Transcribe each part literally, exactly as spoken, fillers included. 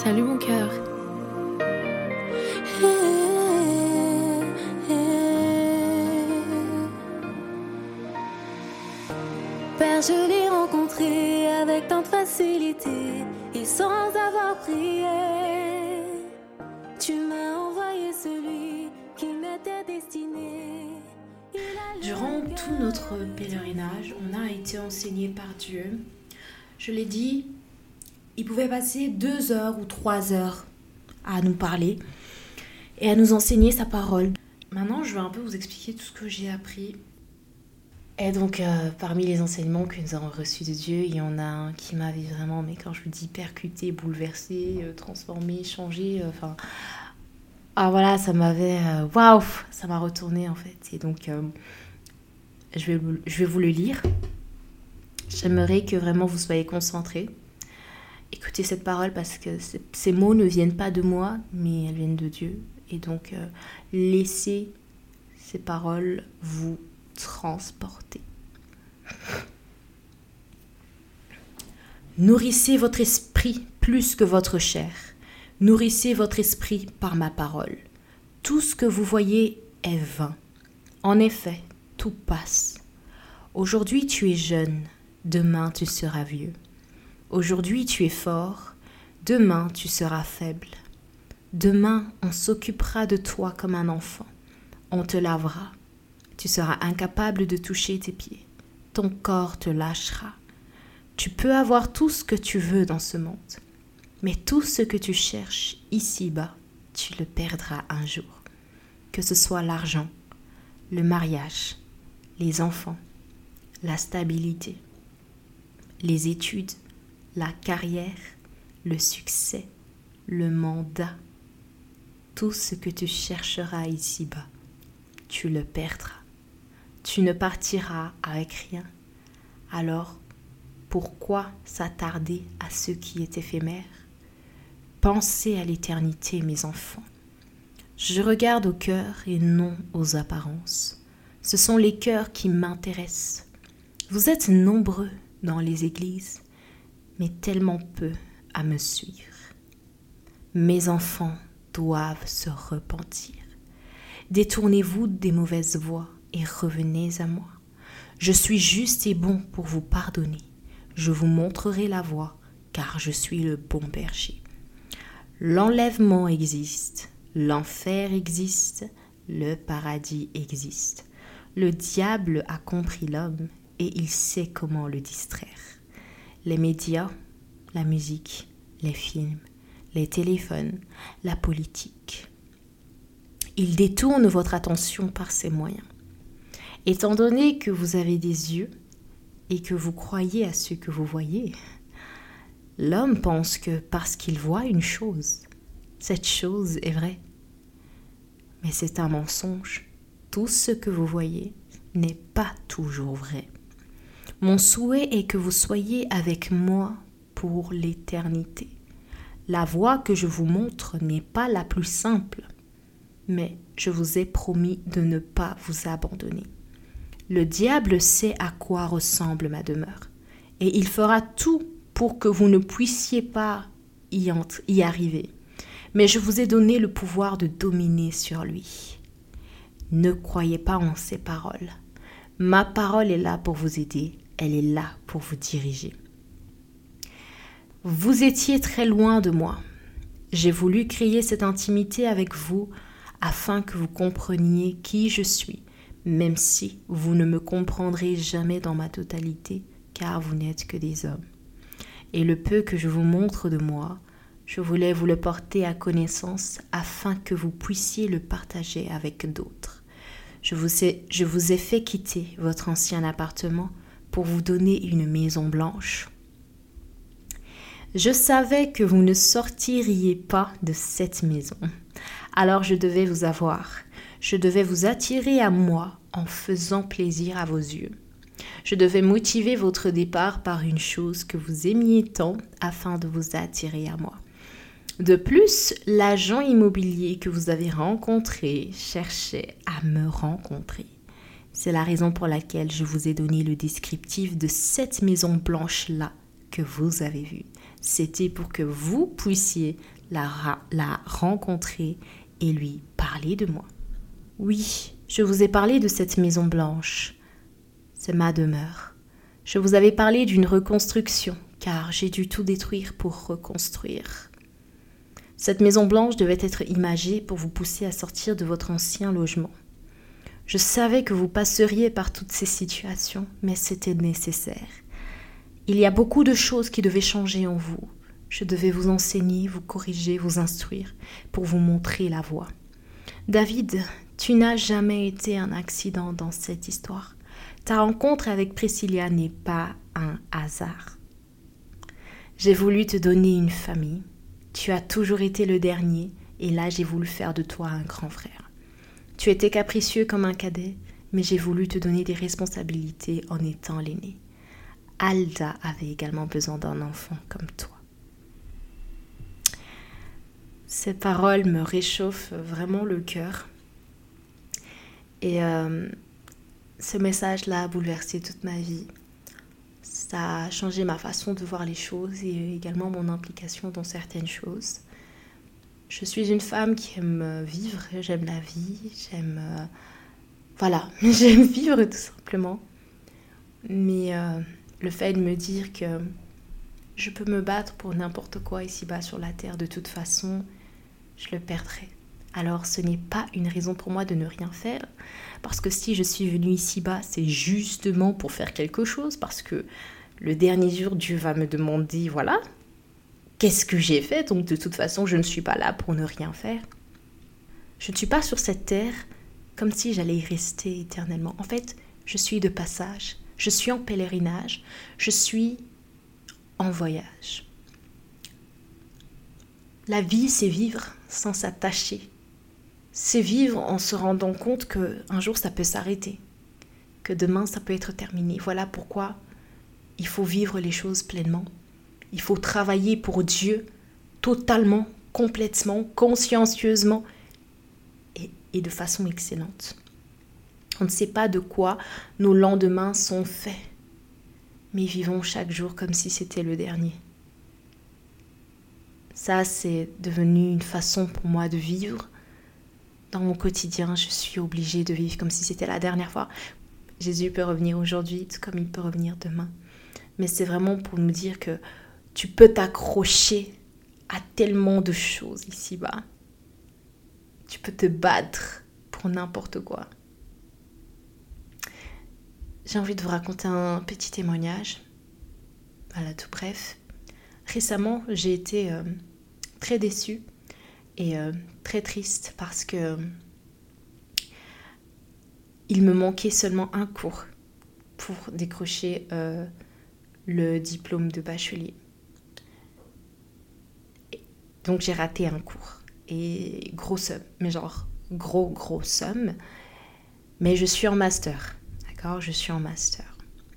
Salut mon cœur. Père, je l'ai rencontré avec tant de facilité et sans avoir prié. Tu m'as envoyé celui qui m'était destiné. Durant tout notre pèlerinage, on a été enseigné par Dieu. Je l'ai dit, il pouvait passer deux heures ou trois heures à nous parler et à nous enseigner sa parole. Maintenant, je vais un peu vous expliquer tout ce que j'ai appris. Et donc, euh, parmi les enseignements que nous avons reçus de Dieu, il y en a un qui m'avait vraiment, mais quand je vous dis percuté, bouleversé, euh, transformé, changé, enfin... Euh, ah voilà, ça m'avait... Waouh, ça m'a retourné en fait. Et donc, euh, je, vais, je vais vous le lire. J'aimerais que vraiment vous soyez concentrés. Écoutez cette parole parce que ces mots ne viennent pas de moi, mais elles viennent de Dieu. Et donc, euh, laissez ces paroles vous transporter. Nourrissez votre esprit plus que votre chair. Nourrissez votre esprit par ma parole. Tout ce que vous voyez est vain. En effet, tout passe. Aujourd'hui, tu es jeune. Demain, tu seras vieux. Aujourd'hui, tu es fort. Demain, tu seras faible. Demain, on s'occupera de toi comme un enfant. On te lavera. Tu seras incapable de toucher tes pieds. Ton corps te lâchera. Tu peux avoir tout ce que tu veux dans ce monde. Mais tout ce que tu cherches ici-bas, tu le perdras un jour. Que ce soit l'argent, le mariage, les enfants, la stabilité, les études, la carrière, le succès, le mandat. Tout ce que tu chercheras ici-bas, tu le perdras. Tu ne partiras avec rien. Alors, pourquoi s'attarder à ce qui est éphémère ? Pensez à l'éternité, mes enfants. Je regarde au cœur et non aux apparences. Ce sont les cœurs qui m'intéressent. Vous êtes nombreux dans les églises, mais tellement peu à me suivre. Mes enfants doivent se repentir. Détournez-vous des mauvaises voies et revenez à moi. Je suis juste et bon pour vous pardonner. Je vous montrerai la voie, car je suis le bon berger. L'enlèvement existe, l'enfer existe, le paradis existe. Le diable a compris l'homme et il sait comment le distraire. Les médias, la musique, les films, les téléphones, la politique. Il détourne votre attention par ces moyens. Étant donné que vous avez des yeux et que vous croyez à ce que vous voyez, l'homme pense que parce qu'il voit une chose, cette chose est vraie. Mais c'est un mensonge. Tout ce que vous voyez n'est pas toujours vrai. Mon souhait est que vous soyez avec moi pour l'éternité. La voie que je vous montre n'est pas la plus simple, mais je vous ai promis de ne pas vous abandonner. Le diable sait à quoi ressemble ma demeure, et il fera tout pour que vous ne puissiez pas y, entre, y arriver. Mais je vous ai donné le pouvoir de dominer sur lui. Ne croyez pas en ses paroles. Ma parole est là pour vous aider, elle est là pour vous diriger. Vous étiez très loin de moi. J'ai voulu créer cette intimité avec vous afin que vous compreniez qui je suis, même si vous ne me comprendrez jamais dans ma totalité, car vous n'êtes que des hommes. Et le peu que je vous montre de moi, je voulais vous le porter à connaissance afin que vous puissiez le partager avec d'autres. Je vous ai, je vous ai fait quitter votre ancien appartement pour vous donner une maison blanche. Je savais que vous ne sortiriez pas de cette maison. Alors je devais vous avoir. Je devais vous attirer à moi en faisant plaisir à vos yeux. Je devais motiver votre départ par une chose que vous aimiez tant afin de vous attirer à moi. De plus, l'agent immobilier que vous avez rencontré cherchait à me rencontrer. C'est la raison pour laquelle je vous ai donné le descriptif de cette maison blanche-là que vous avez vue. C'était pour que vous puissiez la, ra- la rencontrer et lui parler de moi. Oui, je vous ai parlé de cette maison blanche. C'est ma demeure. Je vous avais parlé d'une reconstruction, car j'ai dû tout détruire pour reconstruire. Cette maison blanche devait être imagée pour vous pousser à sortir de votre ancien logement. Je savais que vous passeriez par toutes ces situations, mais c'était nécessaire. Il y a beaucoup de choses qui devaient changer en vous. Je devais vous enseigner, vous corriger, vous instruire, pour vous montrer la voie. David, tu n'as jamais été un accident dans cette histoire. Ta rencontre avec Priscilla n'est pas un hasard. J'ai voulu te donner une famille. Tu as toujours été le dernier, et là j'ai voulu faire de toi un grand frère. Tu étais capricieux comme un cadet, mais j'ai voulu te donner des responsabilités en étant l'aîné. Alda avait également besoin d'un enfant comme toi. Ces paroles me réchauffent vraiment le cœur. Et euh, ce message-là a bouleversé toute ma vie. Ça a changé ma façon de voir les choses et également mon implication dans certaines choses. Je suis une femme qui aime vivre, j'aime la vie, j'aime... Euh, voilà, j'aime vivre tout simplement. Mais euh, le fait de me dire que je peux me battre pour n'importe quoi ici-bas sur la terre, de toute façon, je le perdrai. Alors ce n'est pas une raison pour moi de ne rien faire, parce que si je suis venue ici-bas, c'est justement pour faire quelque chose, parce que le dernier jour, Dieu va me demander, voilà, qu'est-ce que j'ai fait? Donc de toute façon, je ne suis pas là pour ne rien faire. Je ne suis pas sur cette terre comme si j'allais y rester éternellement. En fait, je suis de passage, je suis en pèlerinage, je suis en voyage. La vie, c'est vivre sans s'attacher. C'est vivre en se rendant compte qu'un jour, ça peut s'arrêter, que demain, ça peut être terminé. Voilà pourquoi il faut vivre les choses pleinement. Il faut travailler pour Dieu totalement, complètement, consciencieusement et, et de façon excellente. On ne sait pas de quoi nos lendemains sont faits, mais vivons chaque jour comme si c'était le dernier. Ça, c'est devenu une façon pour moi de vivre. Dans mon quotidien, je suis obligée de vivre comme si c'était la dernière fois. Jésus peut revenir aujourd'hui, tout comme il peut revenir demain. Mais c'est vraiment pour nous dire que tu peux t'accrocher à tellement de choses ici-bas. Tu peux te battre pour n'importe quoi. J'ai envie de vous raconter un petit témoignage. Voilà, tout bref. Récemment, j'ai été euh, très déçue et euh, très triste parce que euh, il me manquait seulement un cours pour décrocher euh, le diplôme de bachelier. Et donc j'ai raté un cours et gros somme, mais genre gros gros somme. Mais je suis en master, d'accord ? Je suis en master.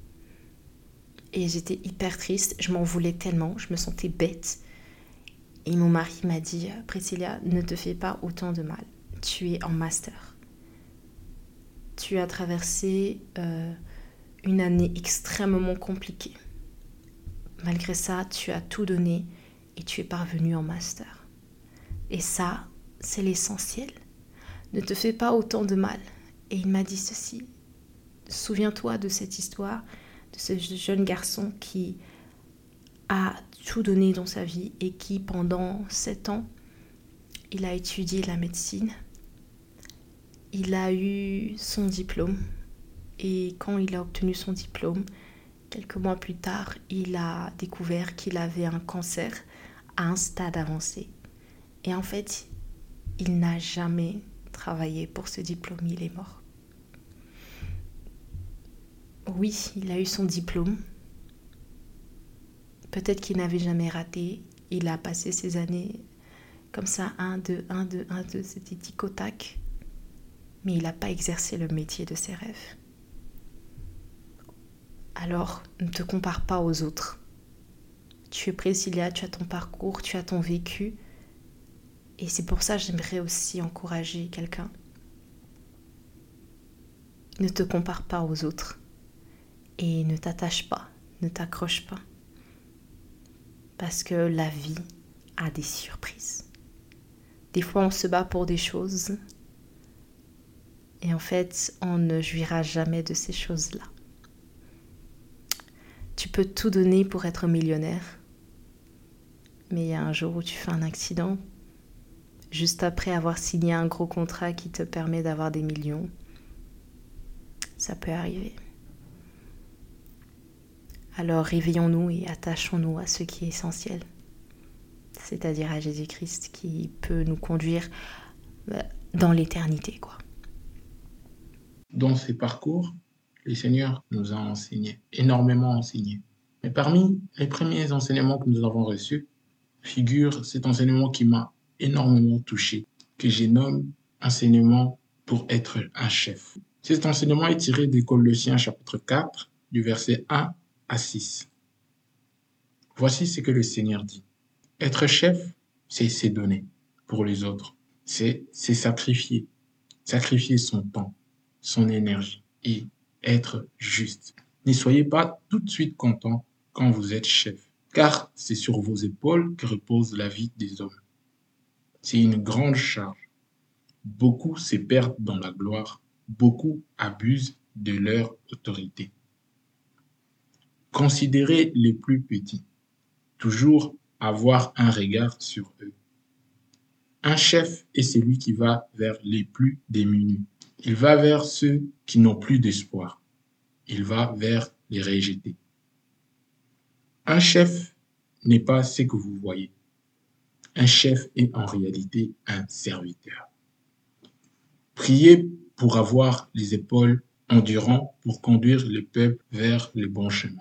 Et j'étais hyper triste, je m'en voulais tellement, je me sentais bête. Et mon mari m'a dit, Priscilla, ne te fais pas autant de mal, tu es en master. Tu as traversé euh, une année extrêmement compliquée. Malgré ça, tu as tout donné et tu es parvenue en master. Et ça, c'est l'essentiel. Ne te fais pas autant de mal. Et il m'a dit ceci, souviens-toi de cette histoire, de ce jeune garçon qui a tout donné dans sa vie et qui, pendant sept ans, il a étudié la médecine. Il a eu son diplôme et quand il a obtenu son diplôme, quelques mois plus tard, il a découvert qu'il avait un cancer à un stade avancé. Et en fait, il n'a jamais travaillé pour ce diplôme, il est mort. Oui, il a eu son diplôme. Peut-être qu'il n'avait jamais raté. Il a passé ses années comme ça, un, deux, un, deux, un, deux, c'était tic au tac. Mais il n'a pas exercé le métier de ses rêves. Alors, ne te compare pas aux autres. Tu es Priscilla, tu as ton parcours, tu as ton vécu. Et c'est pour ça que j'aimerais aussi encourager quelqu'un. Ne te compare pas aux autres. Et ne t'attache pas, ne t'accroche pas. Parce que la vie a des surprises. Des fois, on se bat pour des choses et en fait, on ne jouira jamais de ces choses-là. Tu peux tout donner pour être millionnaire, mais il y a un jour où tu fais un accident, juste après avoir signé un gros contrat qui te permet d'avoir des millions. Ça peut arriver. Alors réveillons-nous et attachons-nous à ce qui est essentiel, c'est-à-dire à Jésus-Christ qui peut nous conduire dans l'éternité, quoi. Dans ces parcours, le Seigneur nous a enseigné, énormément enseigné. Mais parmi les premiers enseignements que nous avons reçus, figure cet enseignement qui m'a énormément touché, que j'ai nommé enseignement pour être un chef. Cet enseignement est tiré des Colossiens chapitre quatre, du verset un à six. Voici ce que le Seigneur dit. Être chef, c'est se donner pour les autres. C'est se sacrifier. Sacrifier son temps, son énergie et être juste. Ne soyez pas tout de suite content quand vous êtes chef, car c'est sur vos épaules que repose la vie des hommes. C'est une grande charge. Beaucoup se perdent dans la gloire, beaucoup abusent de leur autorité. Considérez les plus petits, toujours avoir un regard sur eux. Un chef est celui qui va vers les plus démunis. Il va vers ceux qui n'ont plus d'espoir. Il va vers les rejetés. Un chef n'est pas ce que vous voyez. Un chef est en réalité un serviteur. Priez pour avoir les épaules endurant pour conduire le peuple vers le bon chemin.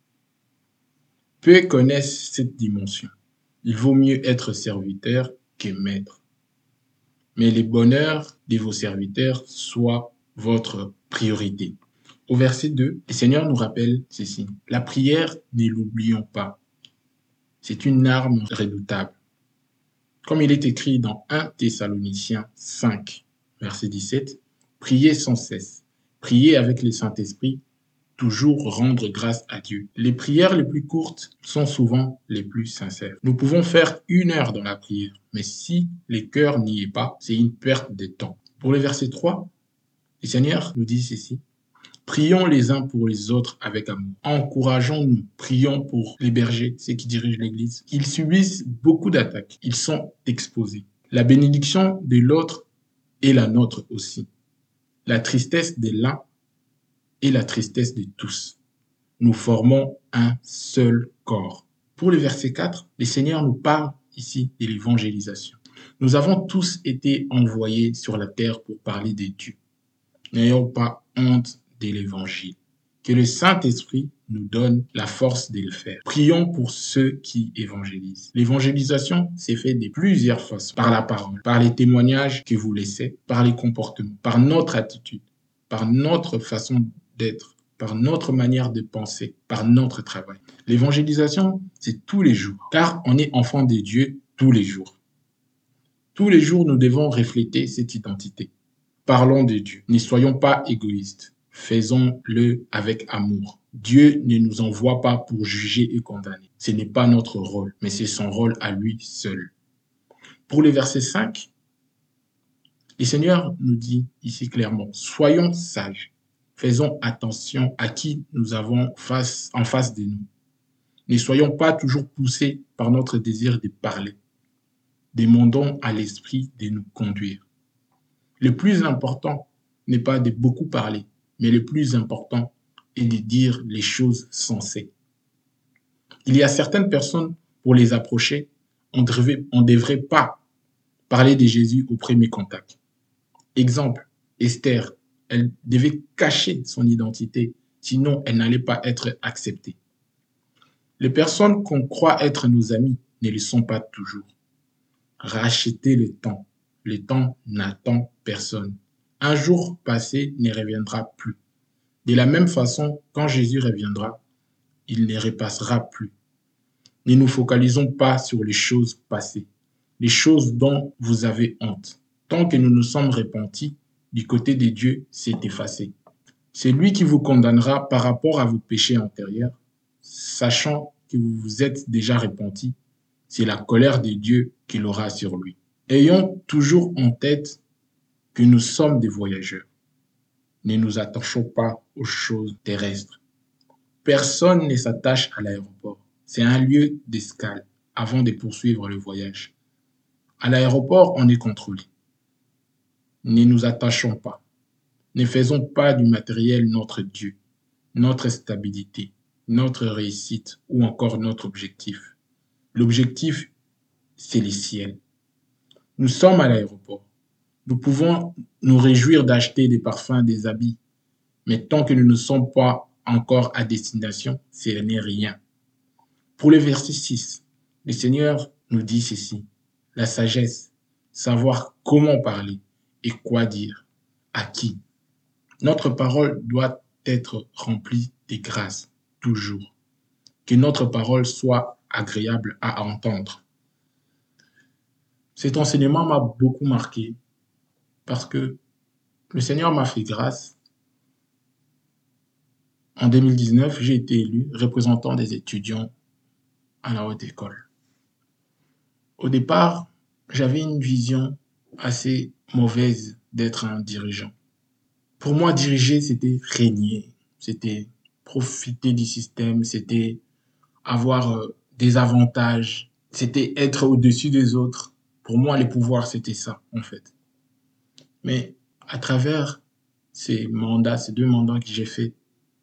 Peu connaissent cette dimension. Il vaut mieux être serviteur que maître. Mais le bonheur de vos serviteurs soit votre priorité. Au verset deux, le Seigneur nous rappelle ceci. La prière, ne l'oublions pas. C'est une arme redoutable. Comme il est écrit dans premier Thessaloniciens cinq, verset dix-sept, priez sans cesse. Priez avec le Saint-Esprit, toujours rendre grâce à Dieu. Les prières les plus courtes sont souvent les plus sincères. Nous pouvons faire une heure dans la prière, mais si le cœur n'y est pas, c'est une perte de temps. Pour le verset trois, le Seigneur nous dit ceci. Prions les uns pour les autres avec amour. Encourageons-nous. Prions pour les bergers, ceux qui dirigent l'Église. Ils subissent beaucoup d'attaques. Ils sont exposés. La bénédiction de l'autre est la nôtre aussi. La tristesse de l'un et la tristesse de tous. Nous formons un seul corps. Pour le verset quatre, le Seigneur nous parle ici de l'évangélisation. Nous avons tous été envoyés sur la terre pour parler de Dieu. N'ayons pas honte de l'évangile. Que le Saint-Esprit nous donne la force de le faire. Prions pour ceux qui évangélisent. L'évangélisation s'est faite de plusieurs façons. Par la parole, par les témoignages que vous laissez, par les comportements, par notre attitude, par notre façon d'être, par notre manière de penser, par notre travail. L'évangélisation, c'est tous les jours, car on est enfant de Dieu tous les jours. Tous les jours, nous devons refléter cette identité. Parlons de Dieu. Ne soyons pas égoïstes. Faisons-le avec amour. Dieu ne nous envoie pas pour juger et condamner. Ce n'est pas notre rôle, mais c'est son rôle à lui seul. Pour le verset cinq, le Seigneur nous dit ici clairement, soyons sages. Faisons attention à qui nous avons face, en face de nous. Ne soyons pas toujours poussés par notre désir de parler. Demandons à l'Esprit de nous conduire. Le plus important n'est pas de beaucoup parler, mais le plus important est de dire les choses sensées. Il y a certaines personnes, pour les approcher, on ne devrait pas parler de Jésus au premier contact. Exemple, Esther, elle devait cacher son identité, sinon elle n'allait pas être acceptée. Les personnes qu'on croit être nos amis ne le sont pas toujours. Rachetez le temps. Le temps n'attend personne. Un jour passé ne reviendra plus. De la même façon, quand Jésus reviendra, il ne repassera plus. Ne nous focalisons pas sur les choses passées, les choses dont vous avez honte. Tant que nous nous sommes repentis, du côté de Dieu, c'est effacé. C'est lui qui vous condamnera par rapport à vos péchés antérieurs, sachant que vous vous êtes déjà repentis. C'est la colère de Dieu qu'il aura sur lui. Ayons toujours en tête que nous sommes des voyageurs. Ne nous attachons pas aux choses terrestres. Personne ne s'attache à l'aéroport. C'est un lieu d'escale avant de poursuivre le voyage. À l'aéroport, on est contrôlé. Ne nous attachons pas. Ne faisons pas du matériel notre Dieu, notre stabilité, notre réussite ou encore notre objectif. L'objectif, c'est les ciels. Nous sommes à l'aéroport. Nous pouvons nous réjouir d'acheter des parfums, des habits, mais tant que nous ne sommes pas encore à destination, ce n'est rien. Pour le verset six, le Seigneur nous dit ceci, la sagesse, savoir comment parler et quoi dire, à qui. Notre parole doit être remplie de grâce, toujours. Que notre parole soit agréable à entendre. Cet enseignement m'a beaucoup marqué parce que le Seigneur m'a fait grâce. En deux mille dix-neuf, j'ai été élu représentant des étudiants à la haute école. Au départ, j'avais une vision assez mauvaise d'être un dirigeant. Pour moi, diriger, c'était régner, c'était profiter du système, c'était avoir euh, des avantages, c'était être au-dessus des autres. Pour moi, les pouvoirs, c'était ça, en fait. Mais à travers ces mandats, ces deux mandats que j'ai faits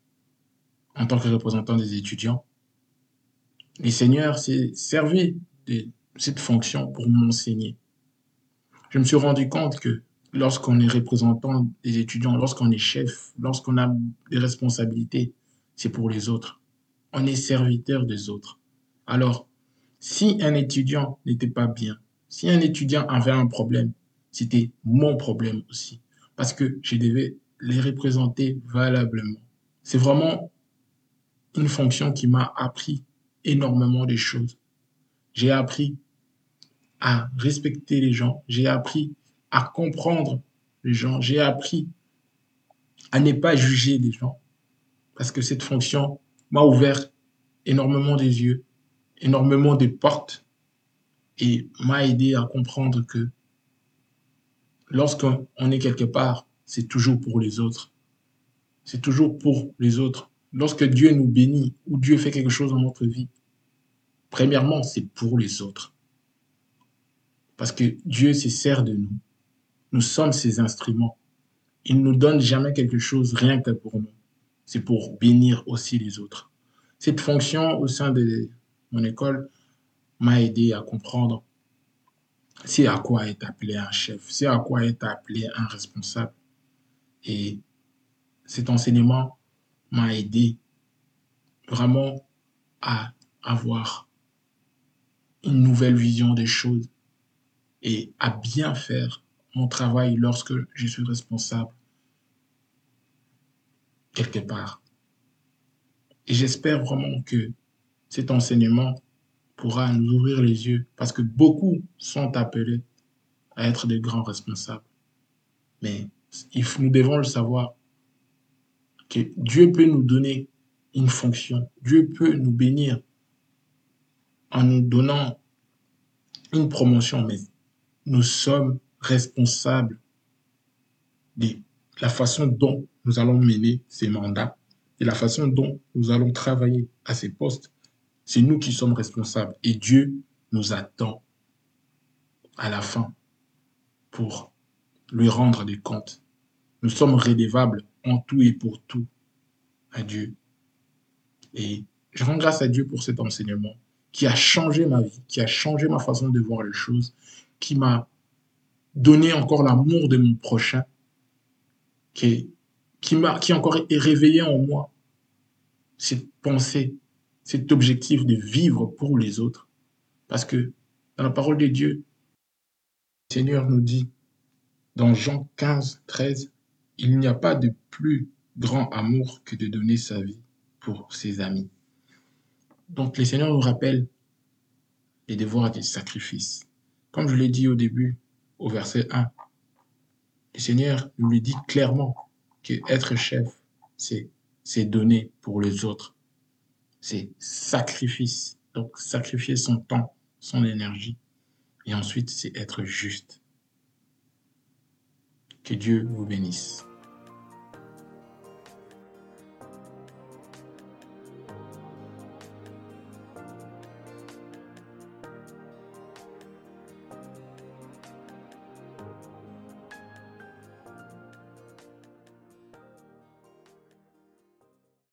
en tant que représentant des étudiants, le Seigneur s'est servi de cette fonction pour m'enseigner. Je me suis rendu compte que lorsqu'on est représentant des étudiants, lorsqu'on est chef, lorsqu'on a des responsabilités, c'est pour les autres. On est serviteur des autres. Alors, si un étudiant n'était pas bien, si un étudiant avait un problème, c'était mon problème aussi. Parce que je devais les représenter valablement. C'est vraiment une fonction qui m'a appris énormément de choses. J'ai appris à respecter les gens, j'ai appris à comprendre les gens, j'ai appris à ne pas juger les gens. Parce que cette fonction m'a ouvert énormément des yeux, énormément de portes et m'a aidé à comprendre que lorsqu'on est quelque part, c'est toujours pour les autres. C'est toujours pour les autres. Lorsque Dieu nous bénit ou Dieu fait quelque chose dans notre vie, premièrement, c'est pour les autres. Parce que Dieu se sert de nous. Nous sommes ses instruments. Il ne nous donne jamais quelque chose rien que pour nous. C'est pour bénir aussi les autres. Cette fonction au sein de mon école m'a aidé à comprendre c'est à quoi est appelé un chef, c'est à quoi est appelé un responsable. Et cet enseignement m'a aidé vraiment à avoir une nouvelle vision des choses et à bien faire mon travail lorsque je suis responsable quelque part. Et j'espère vraiment que cet enseignement pourra nous ouvrir les yeux parce que beaucoup sont appelés à être des grands responsables. Mais il faut, nous devons le savoir que Dieu peut nous donner une fonction. Dieu peut nous bénir en nous donnant une promotion, mais nous sommes responsables de la façon dont nous allons mener ces mandats, de la façon dont nous allons travailler à ces postes. C'est nous qui sommes responsables et Dieu nous attend à la fin pour lui rendre des comptes. Nous sommes redevables en tout et pour tout à Dieu. Et je rends grâce à Dieu pour cet enseignement qui a changé ma vie, qui a changé ma façon de voir les choses, qui m'a donné encore l'amour de mon prochain, qui, qui m'a qui encore est réveillé en moi cette pensée, cet objectif de vivre pour les autres. Parce que dans la parole de Dieu, le Seigneur nous dit dans Jean quinze, treize, il n'y a pas de plus grand amour que de donner sa vie pour ses amis. Donc le Seigneur nous rappelle les devoirs des sacrifices. Comme je l'ai dit au début, au verset un, le Seigneur nous le dit clairement que être chef, c'est, c'est donner pour les autres. C'est sacrifice. Donc sacrifier son temps, son énergie. Et ensuite, c'est être juste. Que Dieu vous bénisse.